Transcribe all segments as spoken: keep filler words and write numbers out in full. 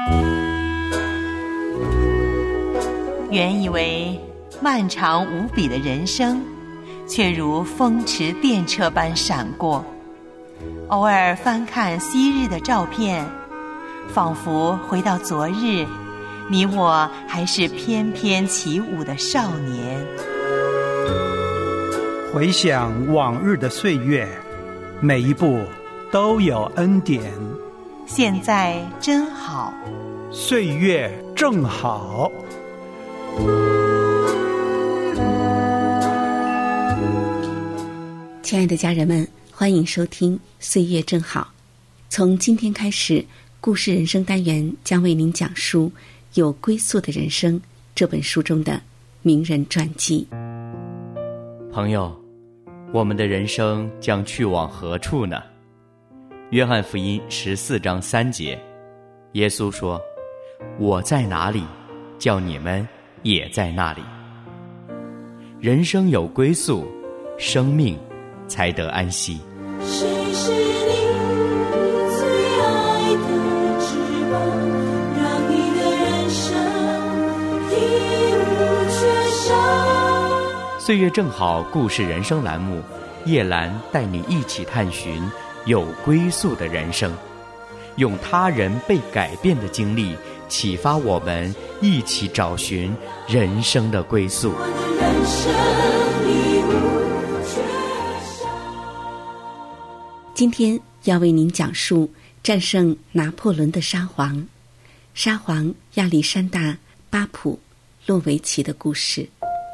原以为漫长无比的人生，却如风驰电掣般闪过。偶尔翻看昔日的照片，仿佛回到昨日，你我还是翩翩起舞的少年。 回想往日的岁月，每一步都有恩典。 现在真好， 岁月正好。 亲爱的家人们，欢迎收听岁月正好。从今天开始，故事人生单元将为您讲述《有归宿的人生》这本书中的名人传记。 朋友，我们的人生将去往何处呢？约翰福音十四章三节，耶稣说：我在哪里，叫你们也在那里。人生有归宿，生命才得安息。 谁是你最爱的翅膀，让你的人生一无缺少。 岁月正好故事人生栏目，叶兰带你一起探寻有归宿的人生，用他人被改变的经历启发我们一起找寻人生的归宿。 我的人生一无缺少。 今天要为您讲述战胜拿破仑的沙皇沙皇亚历山大·巴普洛维奇的故事。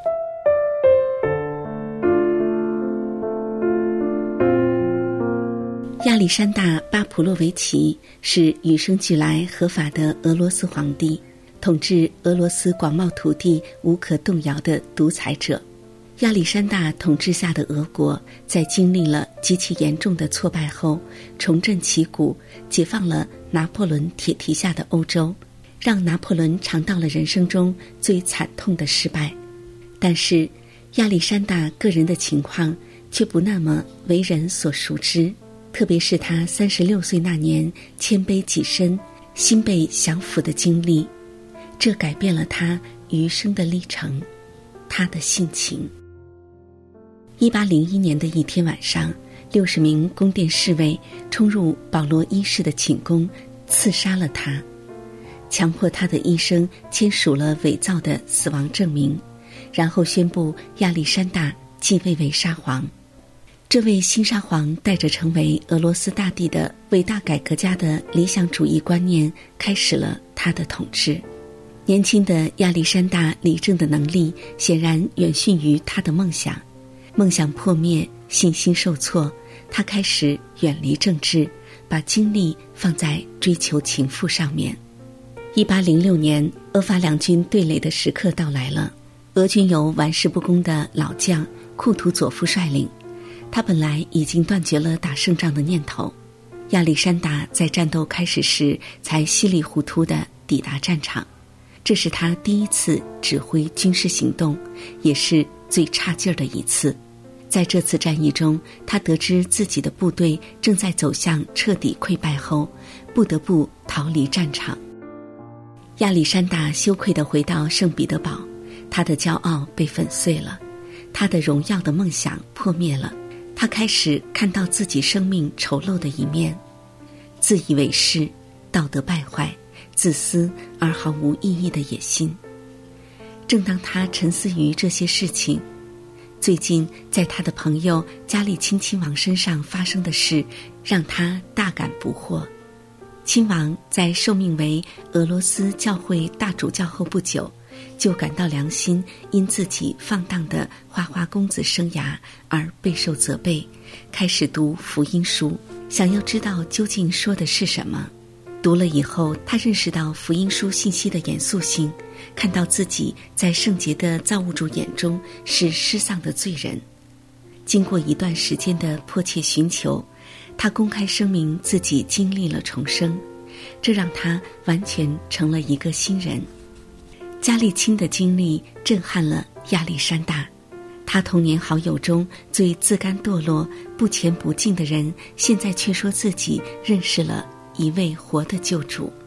亚历山大·巴普洛维奇是与生俱来合法的俄罗斯皇帝，统治俄罗斯广袤土地无可动摇的独裁者。亚历山大统治下的俄国在经历了极其严重的挫败后，重振旗鼓，解放了拿破仑铁蹄下的欧洲，让拿破仑尝到了人生中最惨痛的失败。但是亚历山大个人的情况却不那么为人所熟知，特别是他三十六岁那年谦卑己身，心被降服的经历，这改变了他余生的历程，他的性情。一八零一年的一天晚上，六十名宫殿侍卫冲入保罗一世的寝宫，刺杀了他，强迫他的医生签署了伪造的死亡证明，然后宣布亚历山大继位为沙皇。这位新沙皇带着成为俄罗斯大帝的伟大改革家的理想主义观念，开始了他的统治。年轻的亚历山大理政的能力显然远逊于他的梦想，梦想破灭，信心受挫，他开始远离政治，把精力放在追求情妇上面。一八零六年，俄法两军对垒的时刻到来了。俄军由玩世不恭的老将库图佐夫率领，他本来已经断绝了打胜仗的念头。亚历山大在战斗开始时才稀里糊涂地抵达战场，这是他第一次指挥军事行动，也是最差劲儿的一次。在这次战役中，他得知自己的部队正在走向彻底溃败后，不得不逃离战场。亚历山大羞愧地回到圣彼得堡，他的骄傲被粉碎了，他的荣耀的梦想破灭了。他开始看到自己生命丑陋的一面，自以为是，道德败坏，自私而毫无意义的野心。正当他沉思于这些事情，最近在他的朋友加利钦亲王身上发生的事让他大感不惑。亲王在受命为俄罗斯教会大主教后不久，就感到良心因自己放荡的花花公子生涯而备受责备，开始读福音书，想要知道究竟说的是什么。读了以后，他认识到福音书信息的严肃性，看到自己在圣洁的造物主眼中是失丧的罪人。经过一段时间的迫切寻求，他公开声明自己经历了重生，这让他完全成了一个新人。加利钦的经历震撼了亚历山大，他童年好友中最自甘堕落、不前不进的人，现在却说自己认识了一位活的救主。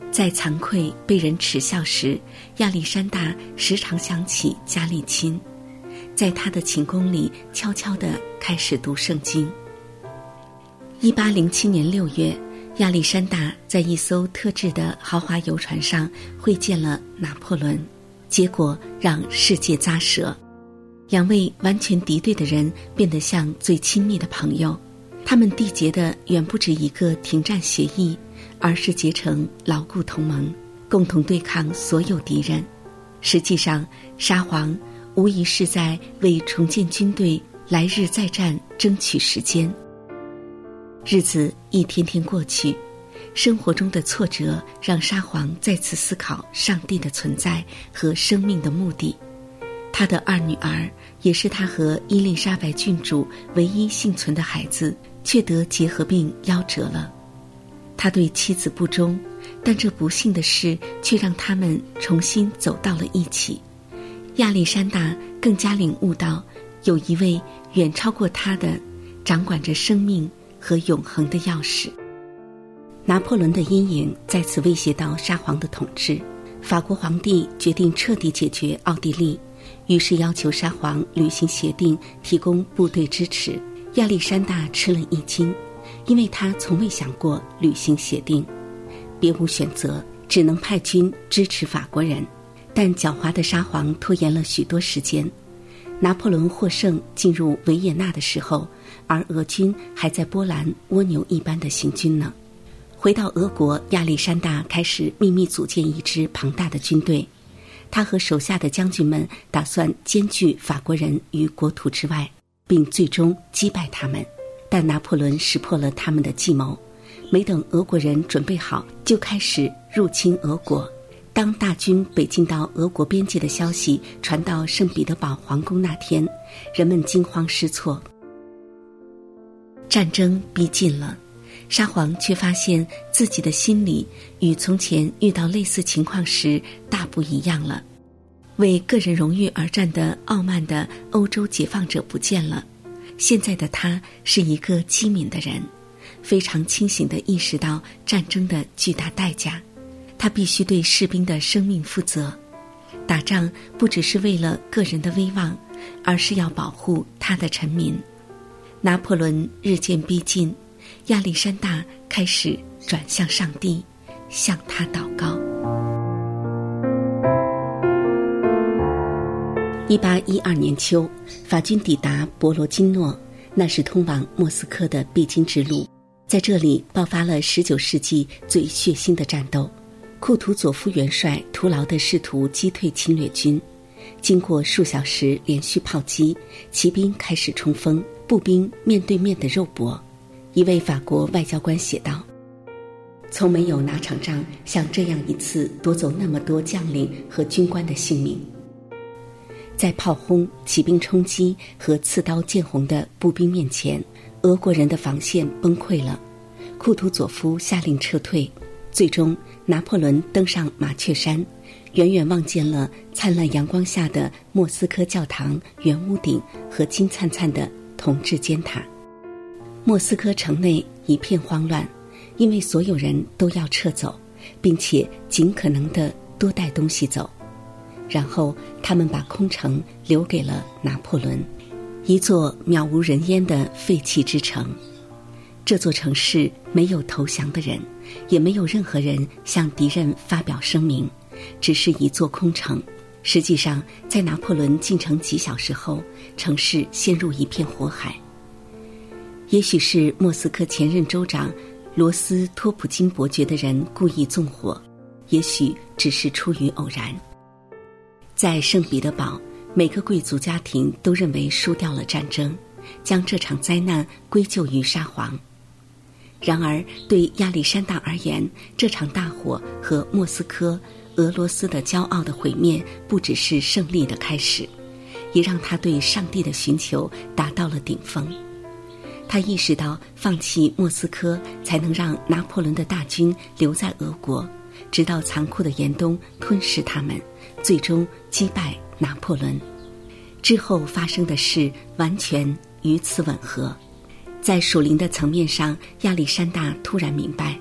在惭愧被人耻笑时，亚历山大时常想起加利钦，在他的寝宫里悄悄地开始读圣经。一八零七年六月，亚历山大在一艘特制的豪华游船上会见了拿破仑，结果让世界咂舌。两位完全敌对的人变得像最亲密的朋友，他们缔结的远不止一个停战协议，而是结成牢固同盟，共同对抗所有敌人。实际上，沙皇无疑是在为重建军队来日再战争取时间。日子一天天过去，生活中的挫折让沙皇再次思考上帝的存在和生命的目的。他的二女儿，也是他和伊丽莎白郡主唯一幸存的孩子，却得结核病夭折了。他对妻子不忠，但这不幸的事却让他们重新走到了一起。亚历山大更加领悟到，有一位远超过他的，掌管着生命和永恒的钥匙。拿破仑的阴影再次威胁到沙皇的统治，法国皇帝决定彻底解决奥地利，于是要求沙皇履行协定，提供部队支持。亚历山大吃了一惊，因为他从未想过履行协定，别无选择，只能派军支持法国人。但狡猾的沙皇拖延了许多时间，拿破仑获胜进入维也纳的时候，而俄军还在波兰蜗牛一般的行军呢。回到俄国，亚历山大开始秘密组建一支庞大的军队，他和手下的将军们打算兼具法国人于国土之外，并最终击败他们。但拿破仑识破了他们的计谋，没等俄国人准备好，就开始入侵俄国。当大军北进到俄国边界的消息传到圣彼得堡皇宫那天，人们惊慌失措。战争逼近了，沙皇却发现自己的心里与从前遇到类似情况时大不一样了。为个人荣誉而战的傲慢的欧洲解放者不见了，现在的他是一个机敏的人，非常清醒地意识到战争的巨大代价，他必须对士兵的生命负责。打仗不只是为了个人的威望，而是要保护他的臣民。拿破仑日渐逼近，亚历山大开始转向上帝，向他祷告。一八一二年秋，法军抵达博罗金诺，那是通往莫斯科的必经之路。在这里爆发了十九世纪最血腥的战斗。库图佐夫元帅徒劳地试图击退侵略军，经过数小时连续炮击，骑兵开始冲锋，步兵面对面的肉搏。一位法国外交官写道：从没有哪场仗像这样一次夺走那么多将领和军官的性命。在炮轰、骑兵冲击和刺刀见红的步兵面前，俄国人的防线崩溃了，库图佐夫下令撤退。最终，拿破仑登上麻雀山，远远望见了灿烂阳光下的莫斯科教堂圆屋顶和金灿灿的铜制尖塔。莫斯科城内一片慌乱，因为所有人都要撤走，并且尽可能地多带东西走。然后他们把空城留给了拿破仑，一座渺无人烟的废弃之城。这座城市没有投降的人，也没有任何人向敌人发表声明，只是一座空城。实际上，在拿破仑进城几小时后，城市陷入一片火海。也许是莫斯科前任州长罗斯托普金伯爵的人故意纵火，也许只是出于偶然。在圣彼得堡，每个贵族家庭都认为输掉了战争，将这场灾难归咎于沙皇。然而，对亚历山大而言，这场大火和莫斯科、俄罗斯的骄傲的毁灭不只是胜利的开始，也让他对上帝的寻求达到了顶峰。他意识到，放弃莫斯科才能让拿破仑的大军留在俄国，直到残酷的严冬吞噬他们，最终击败拿破仑。之后发生的事完全与此吻合。在属灵的层面上，亚历山大突然明白，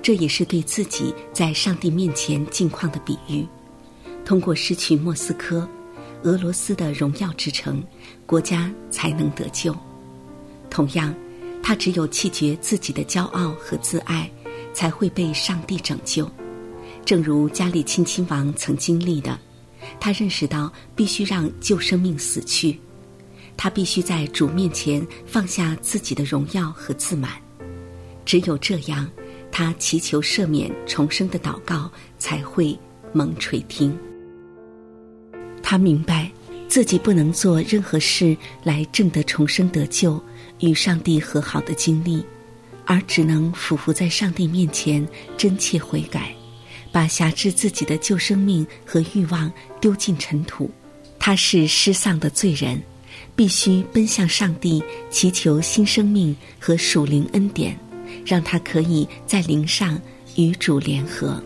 这也是对自己在上帝面前境况的比喻。通过失去莫斯科，俄罗斯的荣耀之城，国家才能得救。同样，他只有弃绝自己的骄傲和自爱，才会被上帝拯救。正如加利亲亲王曾经历的，他认识到必须让旧生命死去，他必须在主面前放下自己的荣耀和自满。只有这样，他祈求赦免重生的祷告才会蒙垂听。他明白自己不能做任何事来挣得重生得救与上帝和好的经历，而只能俯伏在上帝面前真切悔改，把辖制自己的旧生命和欲望丢进尘土。他是失丧的罪人，必须奔向上帝，祈求新生命和属灵恩典，让他可以在灵上与主联合。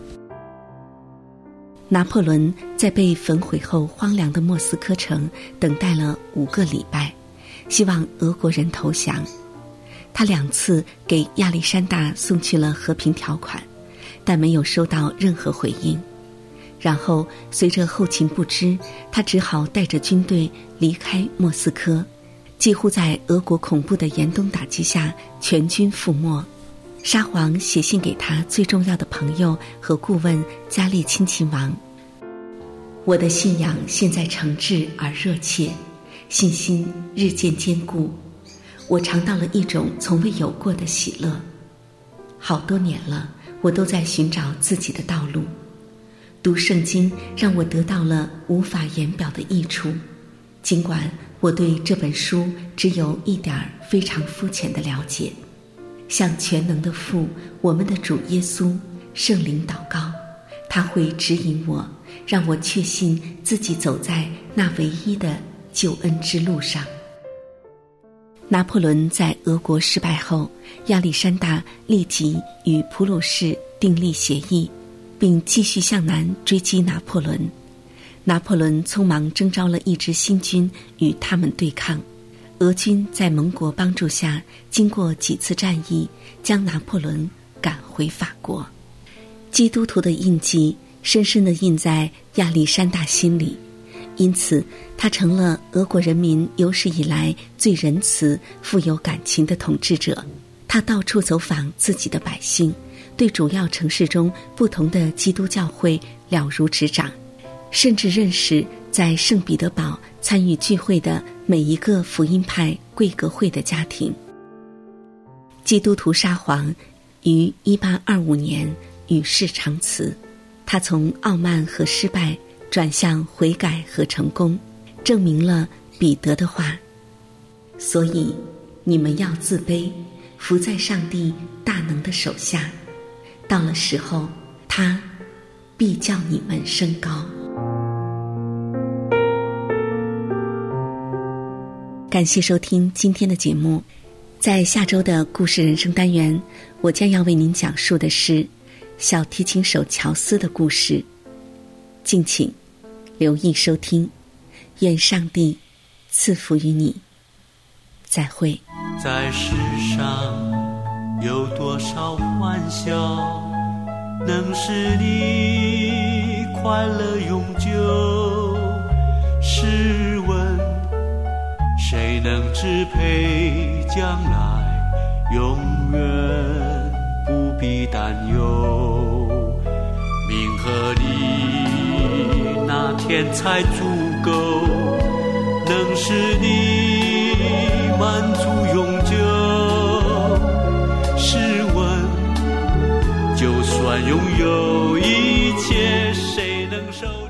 拿破仑在被焚毁后荒凉的莫斯科城等待了五个礼拜，希望俄国人投降。他两次给亚历山大送去了和平条款，但没有收到任何回应。然后随着后勤不支，他只好带着军队离开莫斯科，几乎在俄国恐怖的严冬打击下全军覆没。沙皇写信给他最重要的朋友和顾问加利亲亲王：我的信仰现在诚挚而热切，信心日渐坚固，我尝到了一种从未有过的喜乐。好多年了，我都在寻找自己的道路。读圣经让我得到了无法言表的益处，尽管我对这本书只有一点非常肤浅的了解。向全能的父，我们的主耶稣圣灵祷告，他会指引我，让我确信自己走在那唯一的救恩之路上。拿破仑在俄国失败后，亚历山大立即与普鲁士订立协议，并继续向南追击拿破仑。拿破仑匆忙征召了一支新军与他们对抗。俄军在盟国帮助下，经过几次战役，将拿破仑赶回法国。基督徒的印记深深地印在亚历山大心里，因此他成了俄国人民有史以来最仁慈、富有感情的统治者。他到处走访自己的百姓，对主要城市中不同的基督教会了如指掌，甚至认识在圣彼得堡参与聚会的每一个福音派贵格会的家庭。基督徒沙皇于一八二五年与世长辞，他从傲慢和失败转向悔改和成功，证明了彼得的话：所以你们要自卑，伏在上帝大能的手下，到了时候，他必叫你们升高。感谢收听今天的节目。在下周的故事人生单元，我将要为您讲述的是小提琴手乔斯的故事，敬请留意收听。愿上帝赐福于你，再会。 在世上有多少欢笑，能使你快乐永久？试问谁能支配将来，永远不必担忧？名和利那天才足够，能使你满足永久。试问就算拥有一切，谁能守